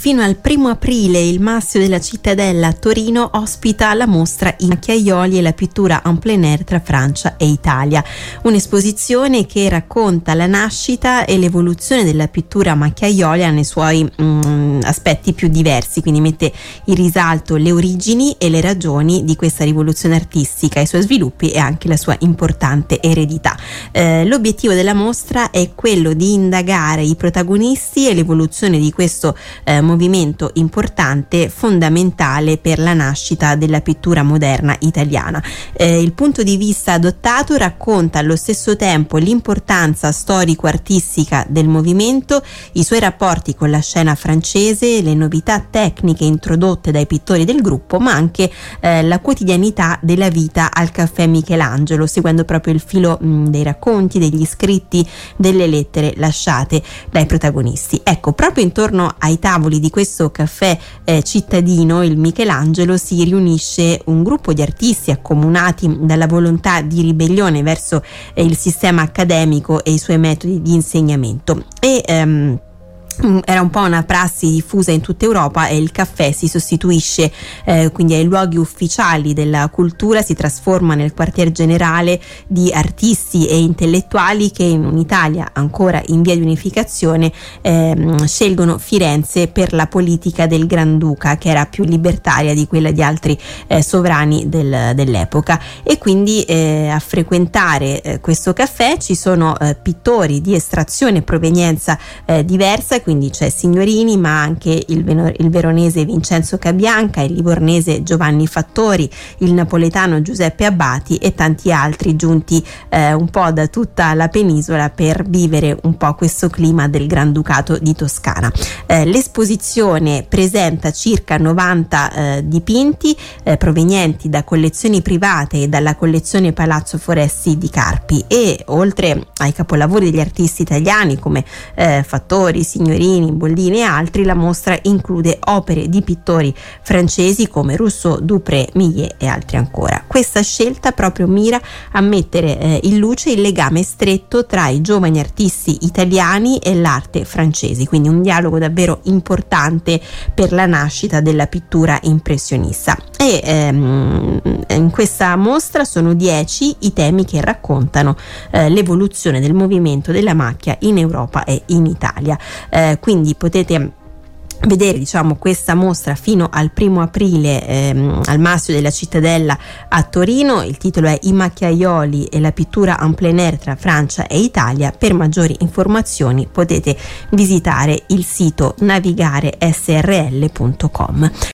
fino al 1° aprile il Maschio della Cittadella a Torino ospita la mostra I macchiaioli e la pittura en plein air tra Francia e Italia, un'esposizione che racconta la nascita e l'evoluzione della pittura macchiaiola nei suoi aspetti più diversi, quindi mette in risalto le origini e le ragioni di questa rivoluzione artistica, i suoi sviluppi e anche la sua importante eredità. L'obiettivo della mostra è quello di indagare i protagonisti e l'evoluzione di questo movimento importante, fondamentale per la nascita della pittura moderna italiana. Il punto di vista adottato racconta allo stesso tempo l'importanza storico-artistica del movimento, i suoi rapporti con la scena francese, le novità tecniche introdotte dai pittori del gruppo, ma anche la quotidianità della vita al caffè Michelangelo, seguendo proprio il filo dei racconti, degli scritti, delle lettere lasciate dai protagonisti. Ecco, proprio intorno ai tavoli di questo caffè cittadino, il Michelangelo, si riunisce un gruppo di artisti accomunati dalla volontà di ribellione verso il sistema accademico e i suoi metodi di insegnamento. Era un po' una prassi diffusa in tutta Europa e il caffè si sostituisce quindi ai luoghi ufficiali della cultura, si trasforma nel quartier generale di artisti e intellettuali che in un'Italia ancora in via di unificazione scelgono Firenze per la politica del Granduca, che era più libertaria di quella di altri sovrani dell'epoca, e quindi a frequentare questo caffè ci sono pittori di estrazione e provenienza diversa, quindi c'è Signorini, ma anche il veronese Vincenzo Cabianca, il livornese Giovanni Fattori, il napoletano Giuseppe Abbati e tanti altri giunti un po' da tutta la penisola per vivere un po' questo clima del Granducato di Toscana. L'esposizione presenta circa 90 dipinti provenienti da collezioni private e dalla collezione Palazzo Foresti di Carpi, e oltre ai capolavori degli artisti italiani come Fattori, Signorini, Boldini e altri, la mostra include opere di pittori francesi come Rousseau, Dupré, Millet e altri ancora. Questa scelta proprio mira a mettere in luce il legame stretto tra i giovani artisti italiani e l'arte francese, quindi un dialogo davvero importante per la nascita della pittura impressionista. E in questa mostra sono 10 i temi che raccontano l'evoluzione del movimento della macchia in Europa e in Italia. Quindi potete vedere questa mostra fino al 1° aprile al Maschio della Cittadella a Torino. Il titolo è I macchiaioli e la pittura en plein air tra Francia e Italia. Per maggiori informazioni potete visitare il sito navigaresrl.com.